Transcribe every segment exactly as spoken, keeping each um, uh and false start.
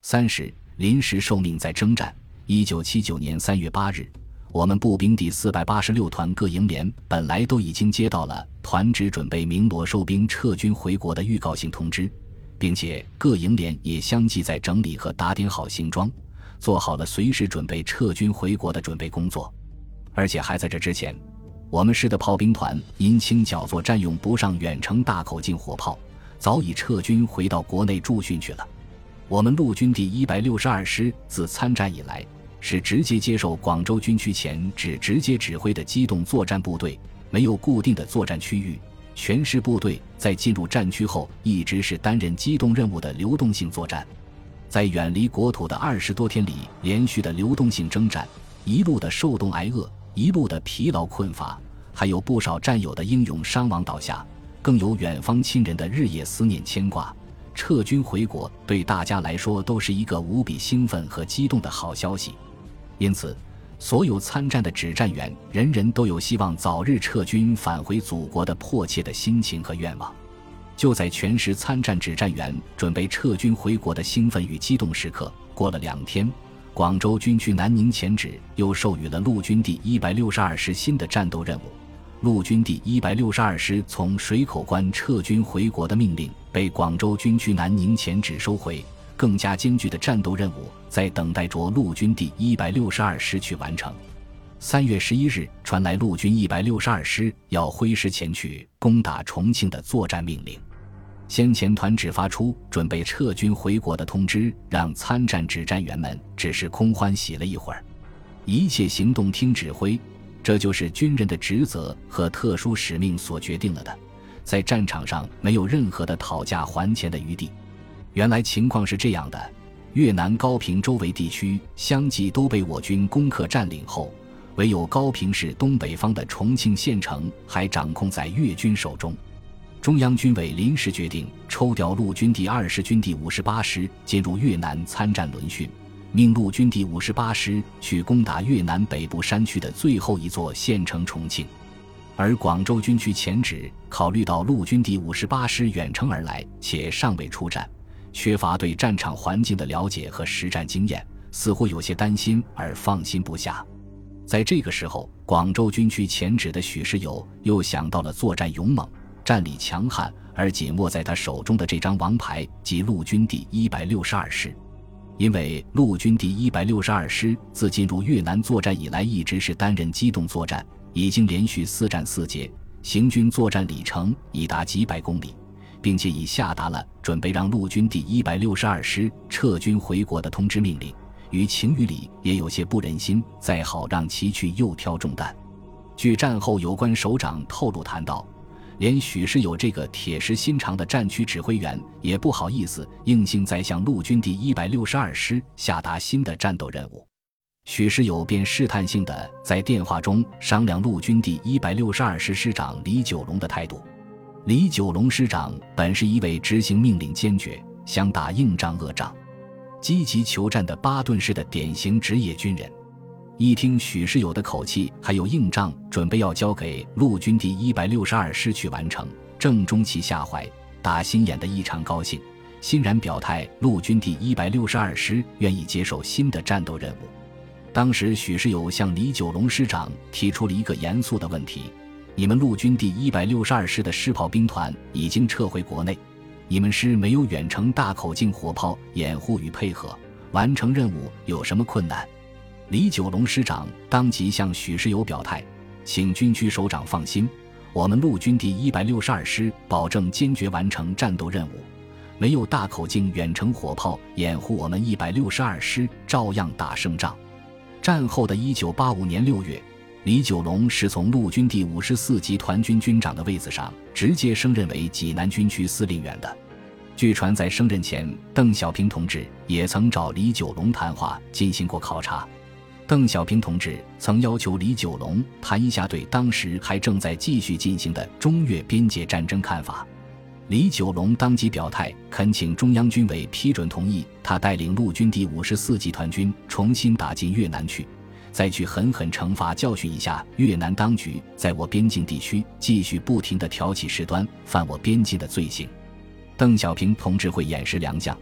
三十临时受命在征战。一九七九年三月八日，我们步兵第四百八十六团各营连本来都已经接到了团指准备鸣锣收兵撤军回国的预告性通知，并且各营连也相继在整理和打点好行装，做好了随时准备撤军回国的准备工作。而且还在这之前，我们师的炮兵团因轻脚作战用不上远程大口径火炮，早已撤军回到国内驻训去了。我们陆军第一百六十二师自参战以来，是直接接受广州军区前指直接指挥的机动作战部队，没有固定的作战区域，全师部队在进入战区后一直是担任机动任务的流动性作战。在远离国土的二十多天里连续的流动性征战，一路的受冻挨饿，一路的疲劳困乏，还有不少战友的英勇伤亡倒下，更有远方亲人的日夜思念牵挂。撤军回国对大家来说都是一个无比兴奋和激动的好消息，因此所有参战的指战员人人都有希望早日撤军返回祖国的迫切的心情和愿望。就在全师参战指战员准备撤军回国的兴奋与激动时刻，过了两天，广州军区南宁前指又授予了陆军第一百六十二师新的战斗任务。陆军第一百六十二师从水口关撤军回国的命令被广州军区南宁前指收回，更加艰巨的战斗任务在等待着陆军第一百六十二师去完成。三月十一日传来陆军一百六十二师要挥师前去攻打重庆的作战命令。先前团指发出准备撤军回国的通知，让参战指战员们只是空欢喜了一会儿。一切行动听指挥，这就是军人的职责和特殊使命所决定了的，在战场上没有任何的讨价还钱的余地。原来情况是这样的，越南高平周围地区相继都被我军攻克占领后，唯有高平市东北方的重庆县城还掌控在越军手中。中央军委临时决定抽调陆军第二十军第五十八师进入越南参战轮训，命陆军第五十八师去攻打越南北部山区的最后一座县城重庆。而广州军区前指考虑到陆军第五十八师远程而来且尚未出战，缺乏对战场环境的了解和实战经验，似乎有些担心而放心不下。在这个时候，广州军区前指的许世友又想到了作战勇猛、战力强悍而紧握在他手中的这张王牌，即陆军第一百六十二师。因为陆军第一百六十二师自进入越南作战以来一直是担任机动作战，已经连续四战四捷，行军作战里程已达几百公里，并且已下达了准备让陆军第一百六十二师撤军回国的通知命令，于情于理也有些不忍心再好让其去又挑重担。据战后有关首长透露谈到，连许世友这个铁石心肠的战区指挥员也不好意思硬性再向陆军第一百六十二师下达新的战斗任务，许世友便试探性地在电话中商量陆军第一百六十二师师长李九龙的态度。李九龙师长本是一位执行命令坚决、想打硬仗恶仗、积极求战的巴顿式的典型职业军人，一听许世友的口气还有硬仗准备要交给陆军第一百六十二师去完成，正中其下怀，打心眼的异常高兴，欣然表态陆军第一百六十二师愿意接受新的战斗任务。当时许世友向李九龙师长提出了一个严肃的问题：你们陆军第一百六十二师的师炮兵团已经撤回国内，你们师没有远程大口径火炮掩护与配合，完成任务有什么困难？李九龙师长当即向许世友表态，请军区首长放心，我们陆军第一百六十二师保证坚决完成战斗任务，没有大口径远程火炮掩护我们一百六十二师照样打胜仗。战后的一九八五年六月，李九龙是从陆军第五十四集团军军长的位子上直接升任为济南军区司令员的。据传在升任前，邓小平同志也曾找李九龙谈话进行过考察。邓小平同志曾要求李九龙谈一下对当时还正在继续进行的中越边界战争看法。李九龙当即表态，恳请中央军委批准同意他带领陆军第五十四集团军重新打进越南去，再去狠狠惩罚教训一下越南当局在我边境地区继续不停地挑起事端、犯我边境的罪行。邓小平同志会演识良将，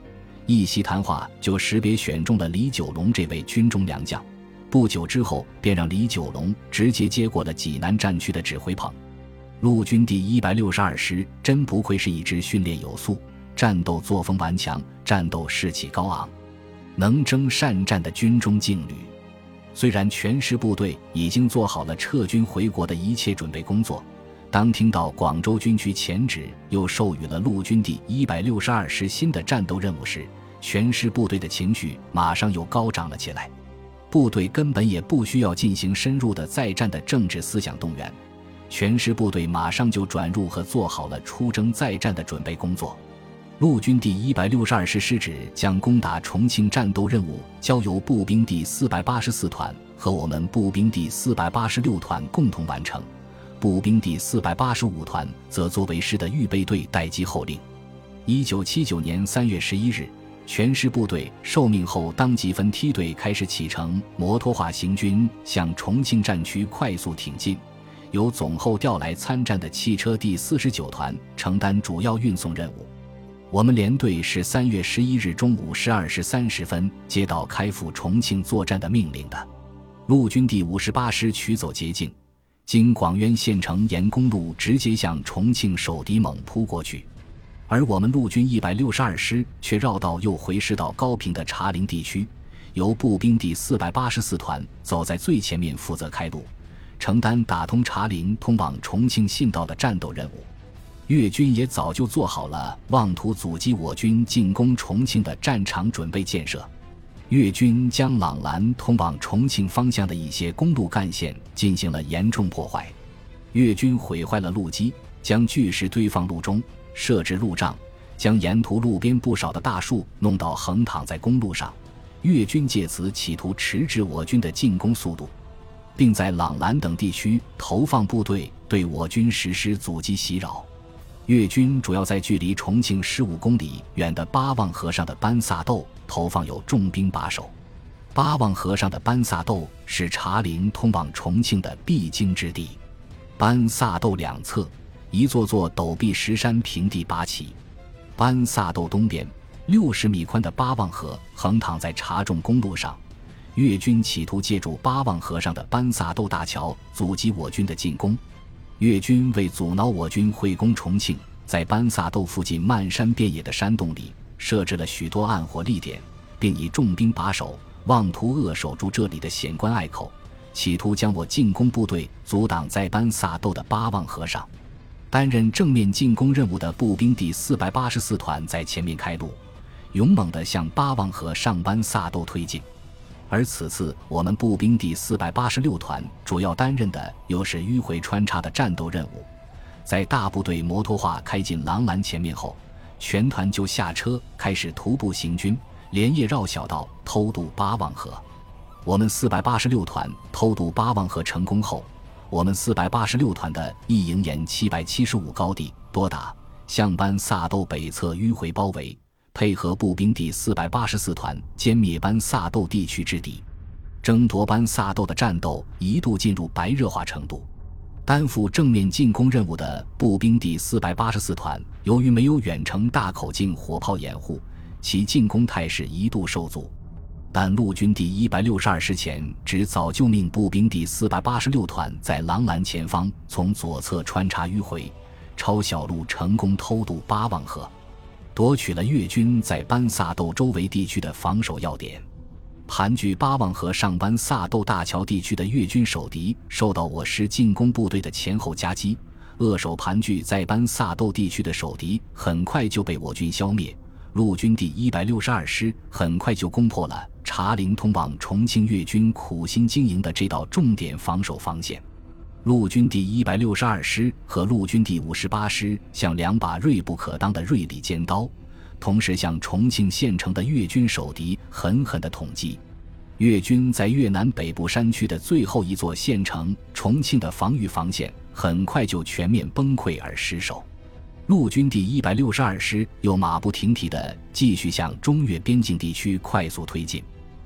一席谈话就识别选中了李九龙这位军中良将，不久之后便让李九龙直接接过了济南战区的指挥棒。陆军第一百六十二师真不愧是一支训练有素、战斗作风顽强、战斗士气高昂、能征善战的军中劲旅。虽然全师部队已经做好了撤军回国的一切准备工作，当听到广州军区前指又授予了陆军第一百六十二师新的战斗任务时，全师部队的情绪马上又高涨了起来。部队根本也不需要进行深入的再战的政治思想动员，全师部队马上就转入和做好了出征再战的准备工作。陆军第一百六十二师师指将攻打重庆战斗任务交由步兵第四百八十四团和我们步兵第四百八十六团共同完成，步兵第四百八十五团则作为师的预备队待机候令。一九七九年三月十一日，全师部队受命后当即分梯队开始启程摩托化行军，向重庆战区快速挺进。由总后调来参战的汽车第四十九团承担主要运送任务。我们连队是三月十一日中午十二时三十分接到开赴重庆作战的命令的。陆军第五十八师取走捷径，经广渊县城沿公路直接向重庆守敌猛扑过去，而我们陆军一百六十二师却绕道又回师到高平的茶陵地区，由步兵第四百八十四团走在最前面负责开路，承担打通茶陵通往重庆信道的战斗任务。粤军也早就做好了妄图阻击我军进攻重庆的战场准备建设。粤军将朗兰通往重庆方向的一些公路干线进行了严重破坏，粤军毁坏了路基，将巨石堆放路中，设置路障，将沿途路边不少的大树弄到横躺在公路上。粤军借此企图迟滞我军的进攻速度，并在朗兰等地区投放部队对我军实施阻击袭扰。粤军主要在距离重庆十五公里远的八望河上的班萨窦投放有重兵把守。八望河上的班萨窦是茶陵通往重庆的必经之地，班萨窦两侧一座座陡壁石山平地拔起。班萨窦东边六十米宽的八望河横躺在茶重公路上，粤军企图借助八望河上的班萨窦大桥阻击我军的进攻。粤军为阻挠我军会攻重庆，在班萨窦附近漫山遍野的山洞里设置了许多暗火力点，并以重兵把守，妄图扼守住这里的险关隘口，企图将我进攻部队阻挡在班萨窦的八望河上。担任正面进攻任务的步兵第四百八十四团在前面开路，勇猛地向八望河上班萨窦推进。而此次我们步兵第四百八十六团主要担任的又是迂回穿插的战斗任务。在大部队摩托化开进廊栏前面后，全团就下车开始徒步行军，连夜绕小道偷渡八望河。我们四百八十六团偷渡八望河成功后，我们四百八十六团的一营沿七百七十五高地多打向班萨窦北侧迂回包围，配合步兵第四百八十四团歼灭班萨窦地区之敌。争夺班萨窦的战斗一度进入白热化程度。担负正面进攻任务的步兵第四百八十四团由于没有远程大口径火炮掩护，其进攻态势一度受阻。但陆军第一百六十二师前指早就命步兵第四百八十六团在廊栏前方从左侧穿插迂回，抄小路成功偷渡八望河，夺取了粤军在班萨窦周围地区的防守要点。盘踞八望河上班萨窦大桥地区的粤军守敌受到我师进攻部队的前后夹击，扼守盘踞在班萨窦地区的守敌很快就被我军消灭。陆军第一百六十二师很快就攻破了茶陵通往重庆粤军苦心经营的这道重点防守防线。陆军第一百六十二师和陆军第五十八师像两把锐不可当的锐利尖刀，同时向重庆县城的粤军守敌狠狠地捅击。粤军在越南北部山区的最后一座县城重庆的防御防线很快就全面崩溃而失守。陆军第一百六十二师又马不停蹄地继续向中越边境地区快速推进。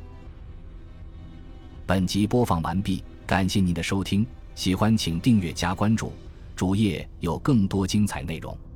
本集播放完毕，感谢您的收听，喜欢请订阅加关注，主页有更多精彩内容。